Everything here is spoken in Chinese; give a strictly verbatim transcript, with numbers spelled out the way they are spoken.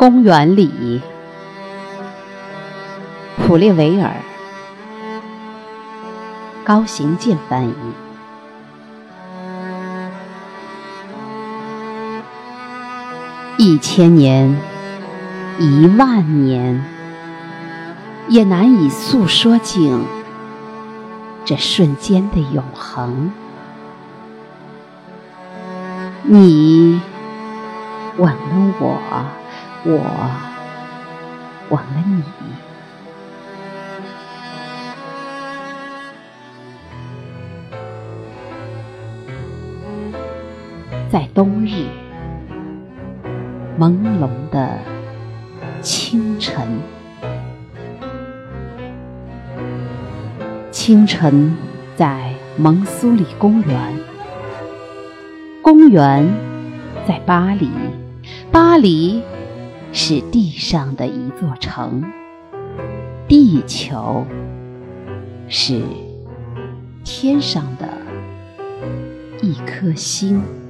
公园里，普列维尔，高行健翻译。一千年，一万年，也难以诉说尽这瞬间的永恒。你吻了我，我吻了你。在冬日，朦胧的清晨，清晨在蒙苏里公园，公园在巴黎，巴黎是地上的一座城，地球是天上的一颗星。